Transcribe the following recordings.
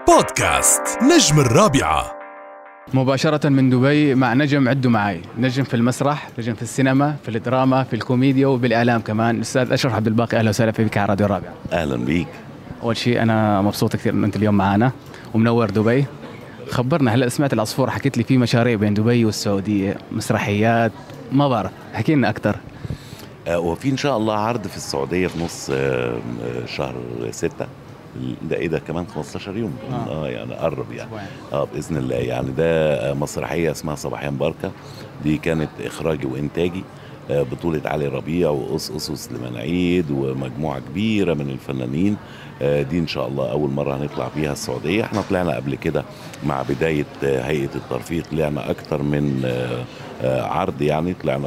بودكاست نجم الرابعة مباشرة من دبي مع نجم عدوا معي، نجم في المسرح، نجم في السينما، في الدراما، في الكوميديا وبالإعلام كمان. الأستاذ أشرف عبد الباقي، أهلا وسهلا فيك على راديو الرابعة. أهلا بيك. أول شيء أنا مبسوط كثير أن أنت اليوم معنا ومنور دبي. خبرنا، هلأ سمعت العصفور حكيت لي في مشاريع بين دبي والسعودية، مسرحيات، ما بعرف، حكي لنا أكتر. وفي إن شاء الله عرض في السعودية في نص شهر 6. ده ايه ده كمان 15 يوم يعني قرب يعني باذن الله. يعني ده مسرحيه اسمها صباحيان بركه، دي كانت اخراجي وانتاجي، بطوله علي ربيع وقصقص وسليمان عيد ومجموعه كبيره من الفنانين. دي ان شاء الله اول مره هنطلع فيها السعوديه. احنا طلعنا قبل كده مع بدايه هيئه الترفيه، طلعنا اكتر من عرض، يعني طلعنا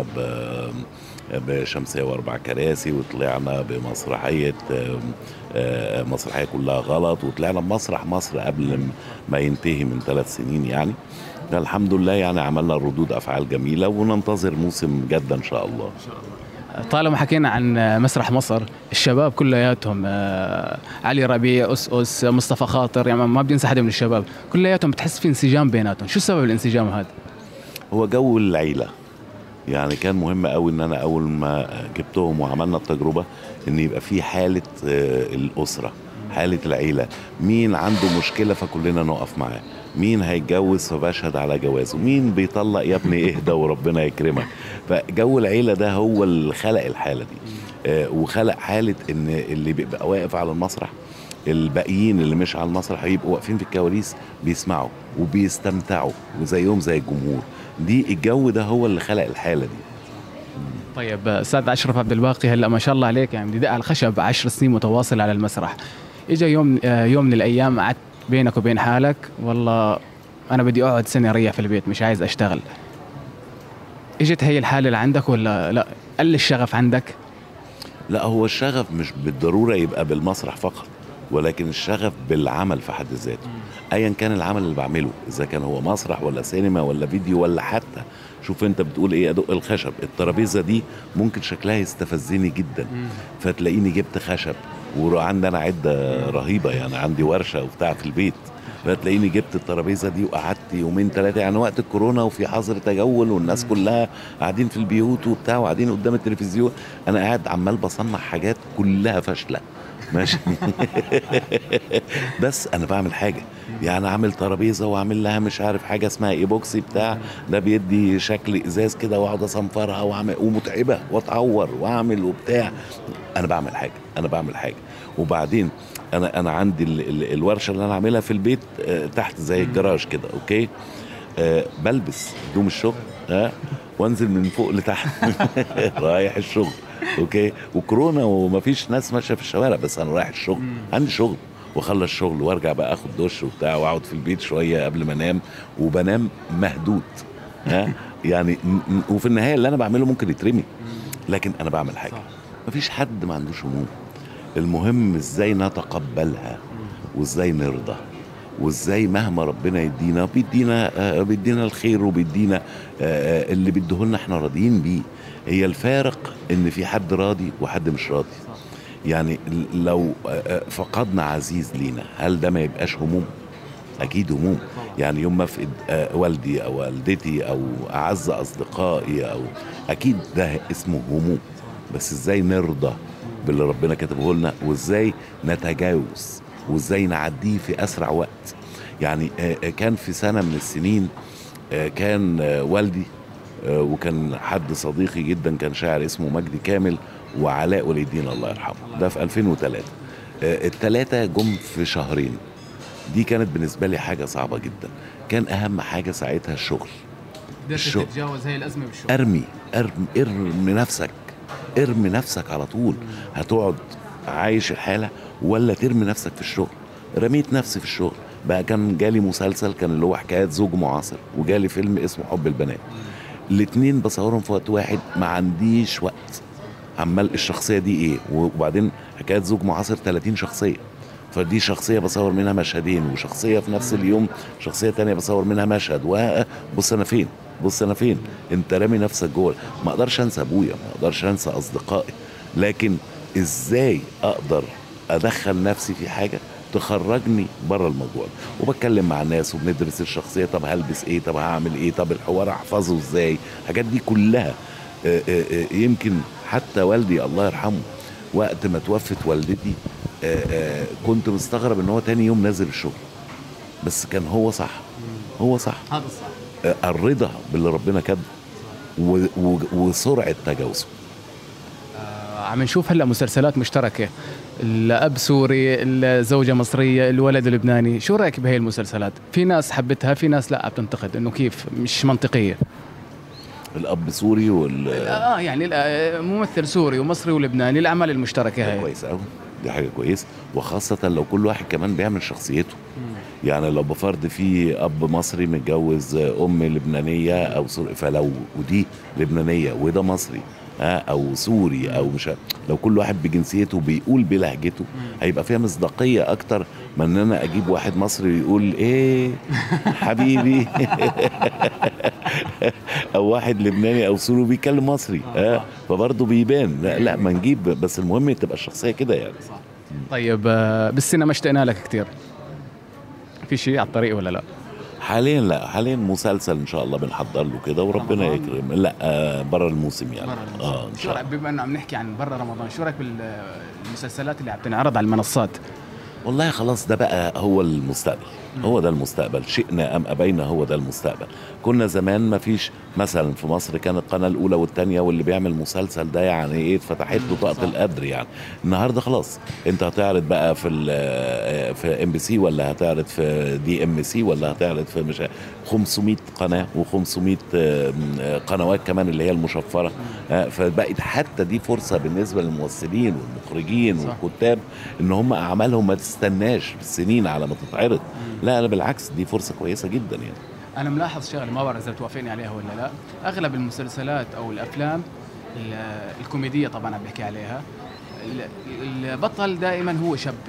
بشمسية واربع كراسي، وطلعنا بمسرحية مسرحية كلها غلط، وطلعنا بمسرح مصر قبل ما ينتهي من 3 سنين. يعني الحمد لله يعني عملنا ردود أفعال جميلة، وننتظر موسم جدة إن شاء الله. طالما حكينا عن مسرح مصر، الشباب كلياتهم علي ربيع، أس مصطفى خاطر، يعني ما بينسى حدا من الشباب، كلياتهم بتحس في انسجام بيناتهم. شو سبب الانسجام هذا؟ هو جو العيلة. يعني كان مهم قوي ان انا اول ما جبتهم وعملنا التجربة ان يبقى في حالة الاسرة، حالة العيلة. مين عنده مشكلة فكلنا نقف معاه، مين هيتجوز فبشهد على جوازه، مين بيطلق يا ابني اهدى وربنا يكرمك. فجو العيلة ده هو اللي خلق الحالة دي، وخلق حالة ان اللي بيبقى واقف على المسرح، الباقيين اللي مش على المسرح هيبقوا واقفين في الكواليس بيسمعوا وبيستمتعوا وزيهم زي الجمهور. دي الجو ده هو اللي خلق الحالة دي. طيب أستاذ أشرف عبد الباقي، هلأ ما شاء الله عليك، يعني بدأ على الخشب 10 سنين متواصل على المسرح. إجا يوم من الأيام قعدت بينك وبين حالك، والله أنا بدي أقعد سنة ريح في البيت، مش عايز أشتغل. إجت هي الحالة اللي عندك ولا لا قل الشغف عندك؟ لا، هو الشغف مش بالضرورة يبقى بالمسرح فقط، ولكن الشغف بالعمل في حد ذاته. ايا كان العمل اللي بعمله، اذا كان هو مسرح ولا سينما ولا فيديو ولا حتى شوف انت بتقول ايه، ادق الخشب، الترابيزه دي ممكن شكلها يستفزني جدا، فتلاقيني جبت خشب، وعندي انا عده رهيبه، يعني عندي ورشه وبتاع في البيت، فتلاقيني جبت الترابيزه دي وقعدت 2-3 يعني وقت الكورونا وفي حظر تجول والناس كلها قاعدين في البيوت وبتاع وقاعدين قدام التلفزيون، انا قاعد عمال بصنع حاجات كلها فاشله ماشي. بس انا بعمل حاجه، يعني اعمل ترابيزه واعمل لها مش عارف حاجه اسمها ايبوكسي بتاع ده بيدي شكل ازاز كده، واقعد اصنفرها واعمل، ومتعبه واتعور واعمل وبتاع. انا بعمل حاجه. وبعدين انا عندي الورشه اللي انا عاملها في البيت تحت زي الجراج كده، اوكي. بلبس هدوم الشغل وانزل من فوق لتحت رايح الشغل، اوكي. وكورونا ومفيش ناس ماشيه في الشوارع، بس انا رايح الشغل، عندي شغل، واخلص شغل وارجع بقى اخد دش وبتاع واقعد في البيت شويه قبل ما انام، وبنام مهدود يعني. وفي النهايه اللي انا بعمله ممكن يترمي، لكن انا بعمل حاجه. مفيش حد ما عندوش هموم، المهم ازاي نتقبلها وازاي نرضى، وازاي مهما ربنا يدينا بيدينا الخير، وبيدينا اللي بيديهولنا احنا راضيين بيه. هي الفارق ان في حد راضي وحد مش راضي. يعني لو فقدنا عزيز لينا، هل ده ما يبقاش هموم؟ اكيد هموم. يعني يوم ما افقد والدي او والدتي او اعز اصدقائي، او اكيد ده اسمه هموم. بس ازاي نرضى باللي ربنا كتبه لنا، وازاي نتجاوز، وازاي نعديه في اسرع وقت. يعني كان في سنة من السنين كان والدي وكان حد صديقي جدا، كان شاعر اسمه مجدي كامل وعلاء ولي الدين الله يرحمه، ده في 2003. الثلاثة جم في شهرين. دي كانت بالنسبة لي حاجة صعبة جدا. كان أهم حاجة ساعتها الشغل. تتجاوز هاي الأزمة بالشغل. ارمي نفسك على طول. هتقعد عايش الحالة ولا ترمي نفسك في الشغل؟ رميت نفسي في الشغل بقى. كان جالي مسلسل كان اللي هو حكاية زوج معاصر، وجالي فيلم اسمه حب البنات، الاتنين بصورهم في وقت واحد، ما عنديش وقت. عمال الشخصية دي ايه، وبعدين حكاية زوج معاصر 30 شخصية، فدي شخصية بصور منها مشهدين، وشخصية في نفس اليوم شخصية تانية بصور منها مشهد، وبص انا فين انت رامي نفسك جوه. ما اقدرش انسى ابويا، ما اقدرش انسى اصدقائي، لكن ازاي اقدر ادخل نفسي في حاجة تخرجني بره الموضوع ده. وبتكلم مع الناس وبندرس الشخصيه، طب هلبس ايه، طب هعمل ايه، طب الحوار احفظه ازاي، الحاجات دي كلها. يمكن حتى والدي الله يرحمه وقت ما توفت والدتي كنت مستغرب ان هو تاني يوم نازل الشغل، بس كان هو صح، هو صح، هذا الصح. الرضا باللي ربنا كاتبه وسرعه تجاوزه. عم نشوف هلا مسلسلات مشتركه، الاب سوري، الزوجه مصريه، الولد لبناني، شو رايك بهي المسلسلات؟ في ناس حبتها، في ناس لا بتنتقد انه كيف مش منطقيه. الاب سوري يعني ممثل سوري ومصري ولبناني، الاعمال المشتركه هاي كويس قوي، دي حاجه كويسه، وخاصه لو كل واحد كمان بيعمل شخصيته. يعني لو بفرض في اب مصري متجوز ام لبنانيه او سوري، فلو ودي لبنانيه وده مصري او سوري او مش، لو كل واحد بجنسيته بيقول بلهجته هيبقى فيها مصداقيه اكتر من ان انا اجيب واحد مصري يقول ايه حبيبي او واحد لبناني او سوري بيتكلم مصري فبرضه بيبان. لا ما نجيب، بس المهم تبقى الشخصيه كده يعني. صح. طيب بالسينما اشتقنا لك كتير، في شيء على الطريق ولا لا؟ حاليا لا، حاليا مسلسل ان شاء الله بنحضر له كده وربنا يكرم. لا بره الموسم يعني. شو رايك بما انه عم نحكي عن بره رمضان، شو رايك بالمسلسلات اللي عم تنعرض على المنصات؟ والله خلاص ده بقى هو المستقبل، هو ده المستقبل، شئنا ام ابينا هو ده المستقبل. كنا زمان ما فيش مثلا في مصر كانت القناه الاولى والثانيه، واللي بيعمل مسلسل ده يعني ايه اتفتحت له طاقه القدر يعني. النهارده خلاص انت هتعرض بقى في ام بي سي، ولا هتعرض في دي ام سي، ولا هتعرض في مش 500 قناه و500 قنوات كمان اللي هي المشفره. فبقت حتى دي فرصه بالنسبه للممثلين والمخرجين والكتاب ان هم اعمالهم ما تستناش سنين على ما تتعرض. لا انا بالعكس دي فرصه كويسه جدا يعني. انا ملاحظ شغله ما بعرف اذا توافقني عليها ولا لا، اغلب المسلسلات او الافلام الكوميديه طبعا عم بحكي عليها، البطل دائما هو شاب.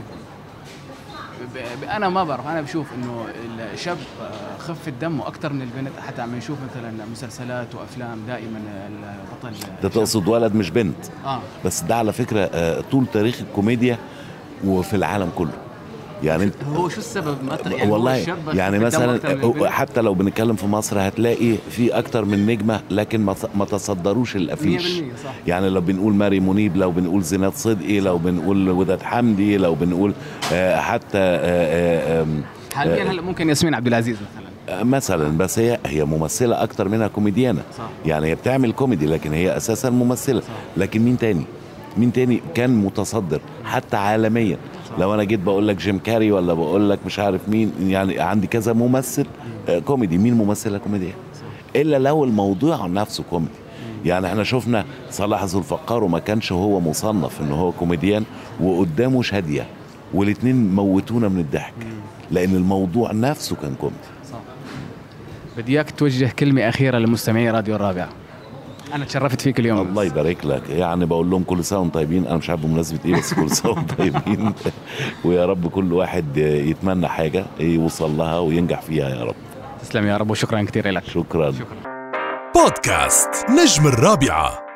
انا ما بعرف، انا بشوف انه الشاب خفة دمه اكثر من البنت. حتى عم نشوف مثلا مسلسلات وافلام دائما البطل ده تقصد ولد مش بنت. بس ده على فكره طول تاريخ الكوميديا وفي العالم كله يعني. هو شو السبب؟ يعني والله يعني مثلا حتى لو بنتكلم في مصر هتلاقي في اكتر من نجمه لكن ما تصدروش الافيش. يعني لو بنقول ماري منيب، لو بنقول زينات صدقي، لو بنقول وداد حمدي، لو بنقول حتى حاليا هلا ممكن ياسمين عبد العزيز مثلا. بس هي ممثله اكتر منها كوميديانه. يعني هي بتعمل كوميدي لكن هي اساسا ممثله. لكن مين تاني كان متصدر حتى عالميا؟ لو انا جيت بقول لك جيم كاري، ولا بقول لك مش عارف مين، يعني عندي كذا ممثل كوميدي. مين ممثله كوميديه الا لو الموضوع نفسه كوميدي؟ يعني احنا شفنا صلاح ذو الفقار وما كانش هو مصنف ان هو كوميديان، وقدامه شادية، والاتنين موتونا من الضحك لان الموضوع نفسه كان كوميدي. بدي اياك توجه كلمه اخيره لمستمعي راديو الرابعه. انا تشرفت فيك اليوم. الله يبارك لك. يعني بقول لهم كل سنه وانتم طيبين. انا مش عارف بمناسبه ايه، بس كل سنه وانتم طيبين ويا رب كل واحد يتمنى حاجه يوصل لها وينجح فيها يا رب. تسلم يا رب، وشكرا كثير لك. شكرا. بودكاست نجم الرابعه.